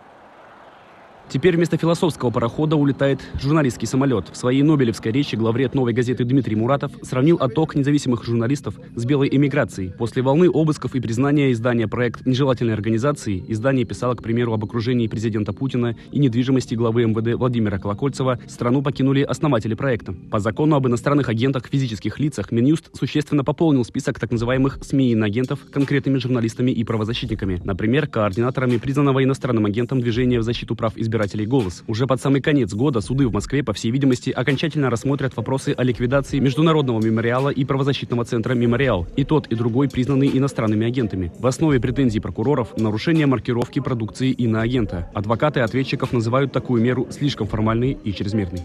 Теперь вместо философского парохода улетает журналистский самолет. В своей нобелевской речи главред «Новой газеты» Дмитрий Муратов сравнил отток независимых журналистов с белой эмиграцией. После волны обысков и признания издания «Проект нежелательной организации» издание писало, к примеру, об окружении президента Путина и недвижимости главы эм вэ дэ Владимира Колокольцева, страну покинули основатели проекта. По закону об иностранных агентах в физических лицах Минюст существенно пополнил список так называемых СМИ-иноагентов конкретными журналистами и правозащитниками. Например, координаторами признанного иностранным агентом движения в защиту прав избирателей «Голос». Уже под самый конец года суды в Москве, по всей видимости, окончательно рассмотрят вопросы о ликвидации Международного мемориала и правозащитного центра «Мемориал». И тот, и другой признаны иностранными агентами. В основе претензий прокуроров – нарушение маркировки продукции иноагента. Адвокаты ответчиков называют такую меру слишком формальной и чрезмерной.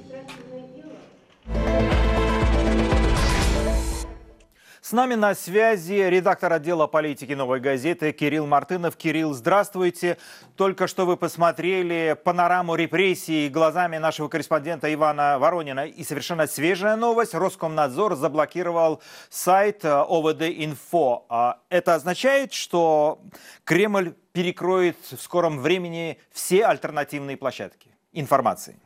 С нами на связи редактор отдела политики «Новой газеты» Кирилл Мартынов. Кирилл, здравствуйте. Только что вы посмотрели панораму репрессий глазами нашего корреспондента Ивана Воронина. И совершенно свежая новость. Роскомнадзор заблокировал сайт о вэ дэ-инфо. Это означает, что Кремль перекроет в скором времени все альтернативные площадки информации?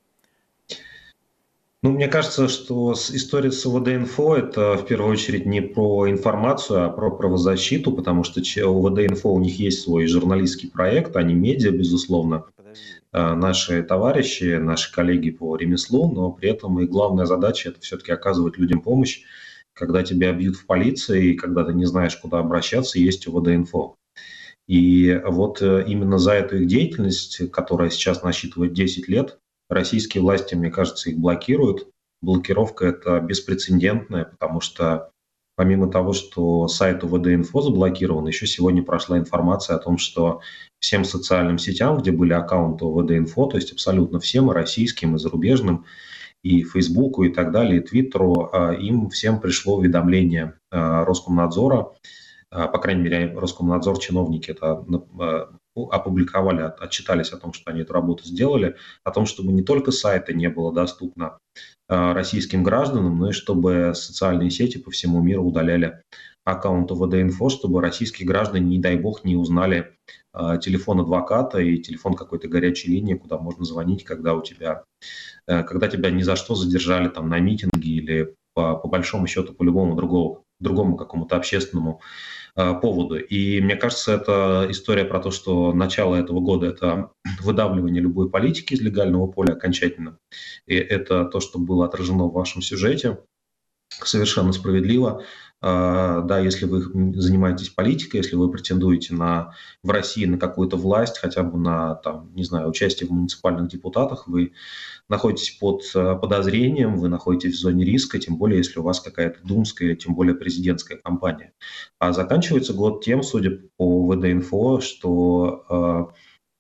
Ну, мне кажется, что история с о вэ дэ-инфо – это в первую очередь не про информацию, а про правозащиту, потому что о вэ дэ-инфо, у них есть свой журналистский проект, они медиа, безусловно, наши товарищи, наши коллеги по ремеслу, но при этом и главная задача – это все-таки оказывать людям помощь, когда тебя бьют в полиции, и когда ты не знаешь, куда обращаться, есть о вэ дэ-инфо. И вот именно за эту их деятельность, которая сейчас насчитывает десять лет, российские власти, мне кажется, их блокируют. Блокировка это беспрецедентная, потому что помимо того, что сайт о вэ дэ-инфо заблокирован, еще сегодня прошла информация о том, что всем социальным сетям, где были аккаунты о вэ дэ-инфо, то есть абсолютно всем, и российским, и зарубежным, и Фейсбуку, и так далее, и Твиттеру, им всем пришло уведомление Роскомнадзора, по крайней мере, Роскомнадзор, чиновники это опубликовали, отчитались о том, что они эту работу сделали, о том, чтобы не только сайты не было доступно российским гражданам, но и чтобы социальные сети по всему миру удаляли аккаунт о вэ дэ-инфо, чтобы российские граждане, не дай бог, не узнали телефон адвоката и телефон какой-то горячей линии, куда можно звонить, когда у тебя, когда тебя ни за что задержали там на митинге или по, по большому счету по любому другому, другому какому-то общественному поводу. И мне кажется, это история про то, что начало этого года – это выдавливание любой политики из легального поля окончательно. И это то, что было отражено в вашем сюжете. Совершенно справедливо. Да, если вы занимаетесь политикой, если вы претендуете на, в России на какую-то власть, хотя бы на, там, не знаю, участие в муниципальных депутатах, вы находитесь под подозрением, вы находитесь в зоне риска, тем более, если у вас какая-то думская или тем более президентская кампания. А заканчивается год тем, судя по о вэ дэ-инфо, что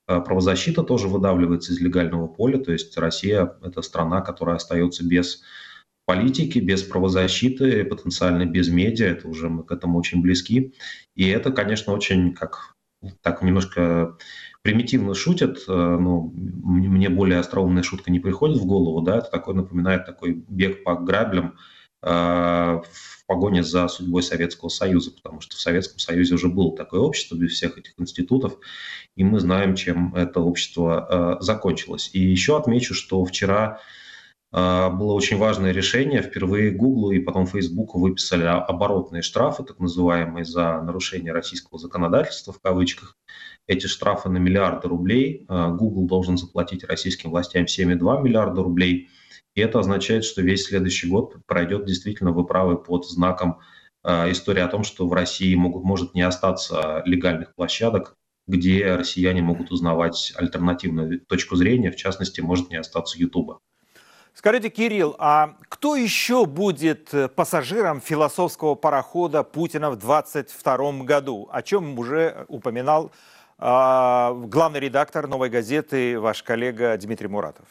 Правозащита тоже выдавливается из легального поля, то есть Россия – это страна, которая остается без политики, без правозащиты, потенциально без медиа, это уже мы к этому очень близки. И это, конечно, очень, как так немножко примитивно шутят, но мне более остроумная шутка не приходит в голову, да, это такой, напоминает такой бег по граблям в погоне за судьбой Советского Союза, потому что в Советском Союзе уже было такое общество без всех этих институтов, и мы знаем, чем это общество закончилось. И еще отмечу, что вчера было очень важное решение. Впервые Google и потом Facebook выписали оборотные штрафы, так называемые, за нарушение российского законодательства, в кавычках. Эти штрафы на миллиарды рублей. Google должен заплатить российским властям семь целых два миллиарда рублей. И это означает, что весь следующий год пройдет действительно, вы правы, под знаком э, истории о том, что в России могут, может не остаться легальных площадок, где россияне могут узнавать альтернативную точку зрения, в частности, может не остаться Ютуба. Скажите, Кирилл, а кто еще будет пассажиром философского парохода Путина в двадцать втором году, о чем уже упоминал э, главный редактор «Новой газеты», ваш коллега Дмитрий Муратов?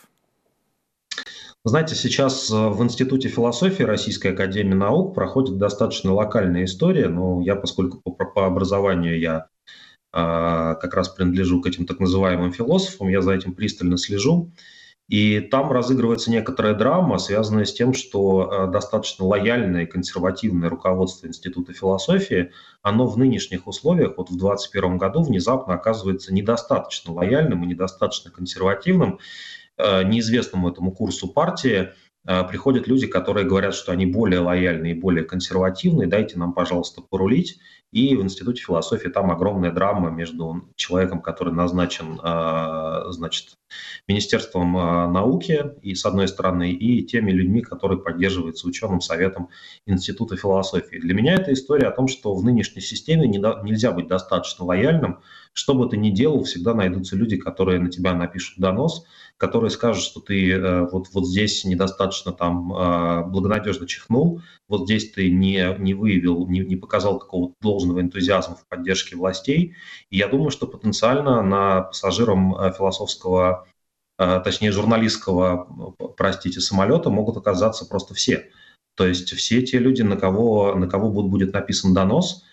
Знаете, сейчас в Институте философии Российской академии наук проходит достаточно локальная история, но я, поскольку по, по образованию я э, как раз принадлежу к этим так называемым философам, я за этим пристально слежу, и там разыгрывается некоторая драма, связанная с тем, что э, достаточно лояльное и консервативное руководство Института философии, оно в нынешних условиях, вот в двадцать первом году, внезапно оказывается недостаточно лояльным и недостаточно консервативным. Неизвестному этому курсу партии приходят люди, которые говорят, что они более лояльны и более консервативны, дайте нам, пожалуйста, порулить. И в Институте философии там огромная драма между человеком, который назначен, значит, Министерством науки, и с одной стороны, и теми людьми, которые поддерживаются ученым советом Института философии. Для меня это история о том, что в нынешней системе нельзя быть достаточно лояльным. Что бы ты ни делал, всегда найдутся люди, которые на тебя напишут донос, которые скажут, что ты э, вот, вот здесь недостаточно там э, благонадежно чихнул, вот здесь ты не, не выявил, не, не показал какого-то должного энтузиазма в поддержке властей. И я думаю, что потенциально на пассажирам э, философского, э, точнее журналистского, простите, самолета могут оказаться просто все. То есть все те люди, на кого, на кого будет написан донос,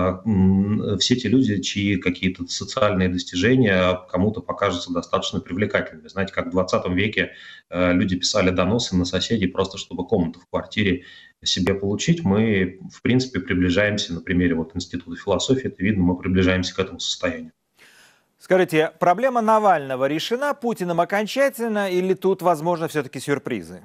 все те люди, чьи какие-то социальные достижения кому-то покажутся достаточно привлекательными. Знаете, как в двадцатом веке люди писали доносы на соседей просто, чтобы комнату в квартире себе получить. Мы, в принципе, приближаемся, на примере вот Института философии, это видно, мы приближаемся к этому состоянию. Скажите, проблема Навального решена Путиным окончательно или тут, возможно, все-таки сюрпризы?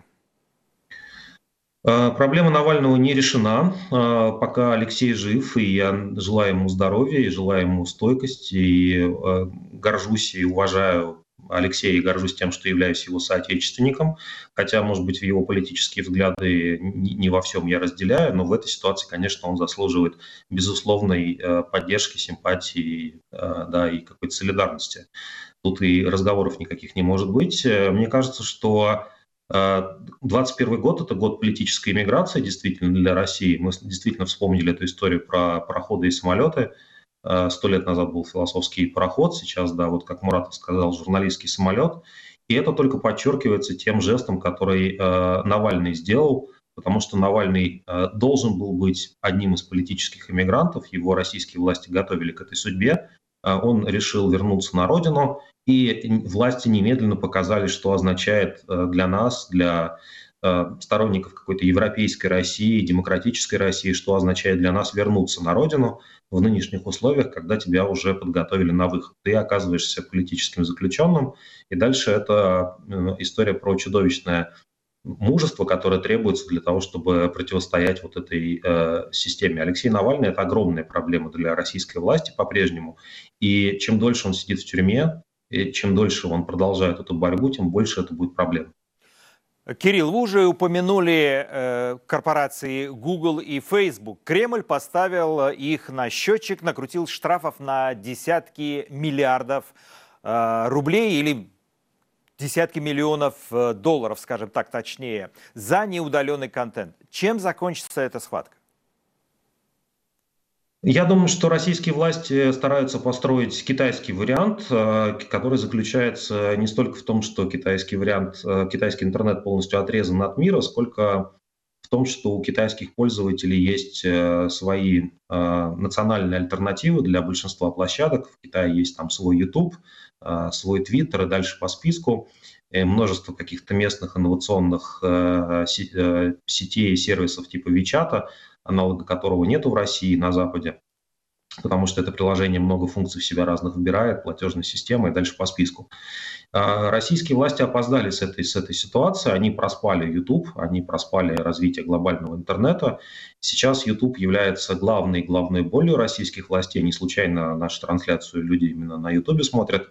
Проблема Навального не решена, пока Алексей жив, и я желаю ему здоровья, и желаю ему стойкости, и горжусь и уважаю Алексея, и горжусь тем, что являюсь его соотечественником, хотя, может быть, его политические взгляды не во всем я разделяю, но в этой ситуации, конечно, он заслуживает безусловной поддержки, симпатии, да, и какой-то солидарности. Тут и разговоров никаких не может быть. Мне кажется, что двадцать первый год – это год политической иммиграции, действительно, для России. Мы действительно вспомнили эту историю про пароходы и самолеты. Сто лет назад был философский пароход, сейчас, да, вот как Муратов сказал, журналистский самолет. И это только подчеркивается тем жестом, который Навальный сделал, потому что Навальный должен был быть одним из политических иммигрантов, его российские власти готовили к этой судьбе. Он решил вернуться на родину, и власти немедленно показали, что означает для нас, для сторонников какой-то европейской России, демократической России, что означает для нас вернуться на родину в нынешних условиях, когда тебя уже подготовили на выход. Ты оказываешься политическим заключенным, и дальше это история про чудовищное мужество, которое требуется для того, чтобы противостоять вот этой э, системе. Алексей Навальный – это огромная проблема для российской власти по-прежнему. И чем дольше он сидит в тюрьме, и чем дольше он продолжает эту борьбу, тем больше это будет проблема. Кирилл, вы уже упомянули э, корпорации Google и Facebook. Кремль поставил их на счетчик, накрутил штрафов на десятки миллиардов э, рублей или десятки миллионов долларов, скажем так точнее, за неудаленный контент. Чем закончится эта схватка? Я думаю, что российские власти стараются построить китайский вариант, который заключается не столько в том, что китайский вариант, китайский интернет полностью отрезан от мира, сколько в том, что у китайских пользователей есть свои национальные альтернативы для большинства площадок. В Китае есть там свой YouTube, свой Twitter и дальше по списку. Множество каких-то местных инновационных сетей и сервисов типа WeChat, аналога которого нету в России, на Западе, потому что это приложение много функций в себя разных выбирает, платежной системы и дальше по списку. Российские власти опоздали с этой, с этой ситуацией, они проспали YouTube, они проспали развитие глобального интернета. Сейчас YouTube является главной главной болью российских властей, не случайно нашу трансляцию люди именно на YouTube смотрят.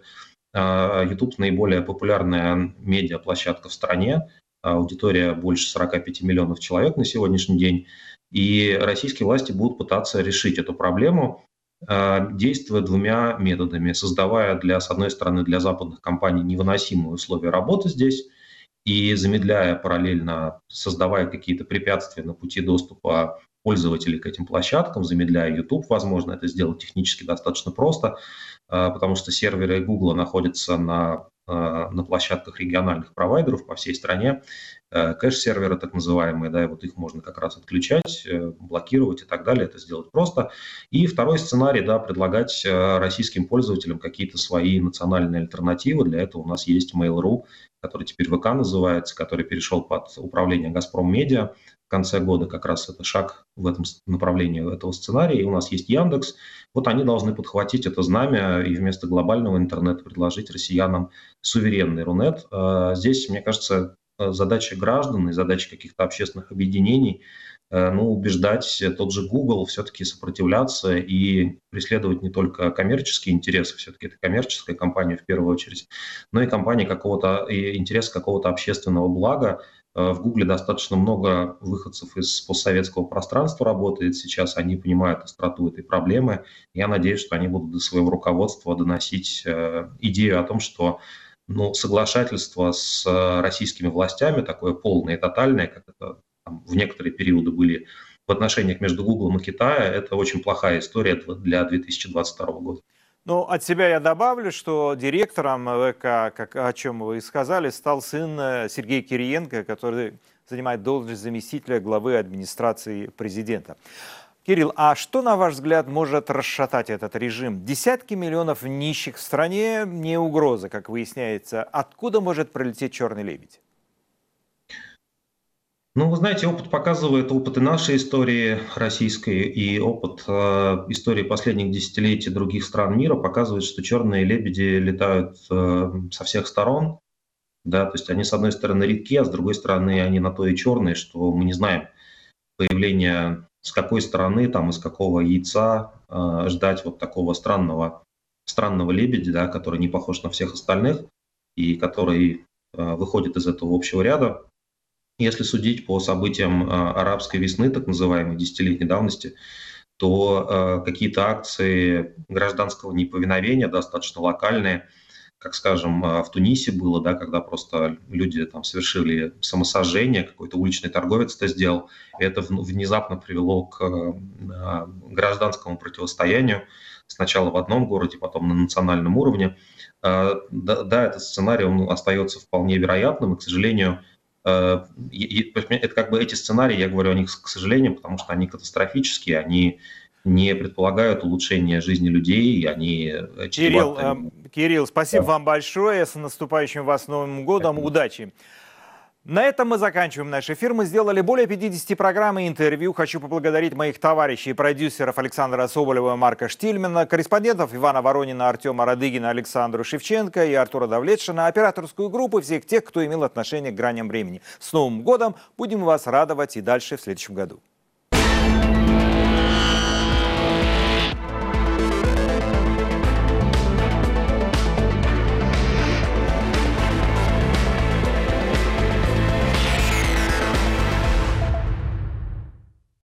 YouTube наиболее популярная медиаплощадка в стране, аудитория больше сорока пяти миллионов человек на сегодняшний день. И российские власти будут пытаться решить эту проблему, действуя двумя методами, создавая, для, с одной стороны, для западных компаний невыносимые условия работы здесь и замедляя параллельно, создавая какие-то препятствия на пути доступа пользователей к этим площадкам, замедляя YouTube, возможно, это сделать технически достаточно просто, потому что серверы Google находятся на, на площадках региональных провайдеров по всей стране, кэш-серверы так называемые, да, и вот их можно как раз отключать, блокировать и так далее, это сделать просто. И второй сценарий, да, предлагать российским пользователям какие-то свои национальные альтернативы. Для этого у нас есть Mail.ru, который теперь ВК называется, который перешел под управление Газпром Медиа. В конце года как раз это шаг в этом направлении этого сценария. И у нас есть Яндекс. Вот они должны подхватить это знамя и вместо глобального интернета предложить россиянам суверенный Рунет. Здесь, мне кажется, задача граждан и задача каких-то общественных объединений, ну, убеждать тот же Google все-таки сопротивляться и преследовать не только коммерческие интересы, все-таки это коммерческая компания в первую очередь, но и компания какого-то, и интерес какого-то общественного блага. В Google достаточно много выходцев из постсоветского пространства работает сейчас, они понимают остроту этой проблемы. Я надеюсь, что они будут до своего руководства доносить идею о том, что ну, соглашательство с российскими властями, такое полное и тотальное, как это там, в некоторые периоды были в отношениях между Гуглом и Китаем, это очень плохая история для две тысячи двадцать второго года. Ну, от себя я добавлю, что директором ВК, как, о чем вы и сказали, стал сын Сергея Кириенко, который занимает должность заместителя главы администрации президента. Кирилл, а что, на ваш взгляд, может расшатать этот режим? Десятки миллионов нищих в стране не угроза, как выясняется. Откуда может прилететь черный лебедь? Ну, вы знаете, опыт показывает, опыт и нашей истории российской, и опыт э, истории последних десятилетий других стран мира показывает, что черные лебеди летают э, со всех сторон. Да, то есть они, с одной стороны, редки, а с другой стороны, они на то и черные, что мы не знаем появления, с какой стороны, там, из какого яйца э, ждать вот такого странного, странного лебедя, да, который не похож на всех остальных и который э, выходит из этого общего ряда. Если судить по событиям э, арабской весны, так называемой десятилетней давности, то э, какие-то акции гражданского неповиновения, достаточно локальные, как, скажем, в Тунисе было, да, когда просто люди там совершили самосожжение, какой-то уличный торговец это сделал, и это внезапно привело к э, гражданскому противостоянию, сначала в одном городе, потом на национальном уровне. Э, да, да, этот сценарий, он остается вполне вероятным, и, к сожалению, это как бы эти сценарии, я говорю о них к сожалению, потому что они катастрофические, они не предполагают улучшения жизни людей, они... Кирилл, э, Кирилл, спасибо да. вам большое, с наступающим вас Новым годом, удачи. На этом мы заканчиваем наш эфир. Мы сделали более пятидесяти программ и интервью. Хочу поблагодарить моих товарищей и продюсеров Александра Соболева и Марка Штильмана, корреспондентов Ивана Воронина, Артема Радыгина, Александру Шевченко и Артура Давлетшина, операторскую группу, всех тех, кто имел отношение к граням времени. С Новым годом! Будем вас радовать и дальше в следующем году.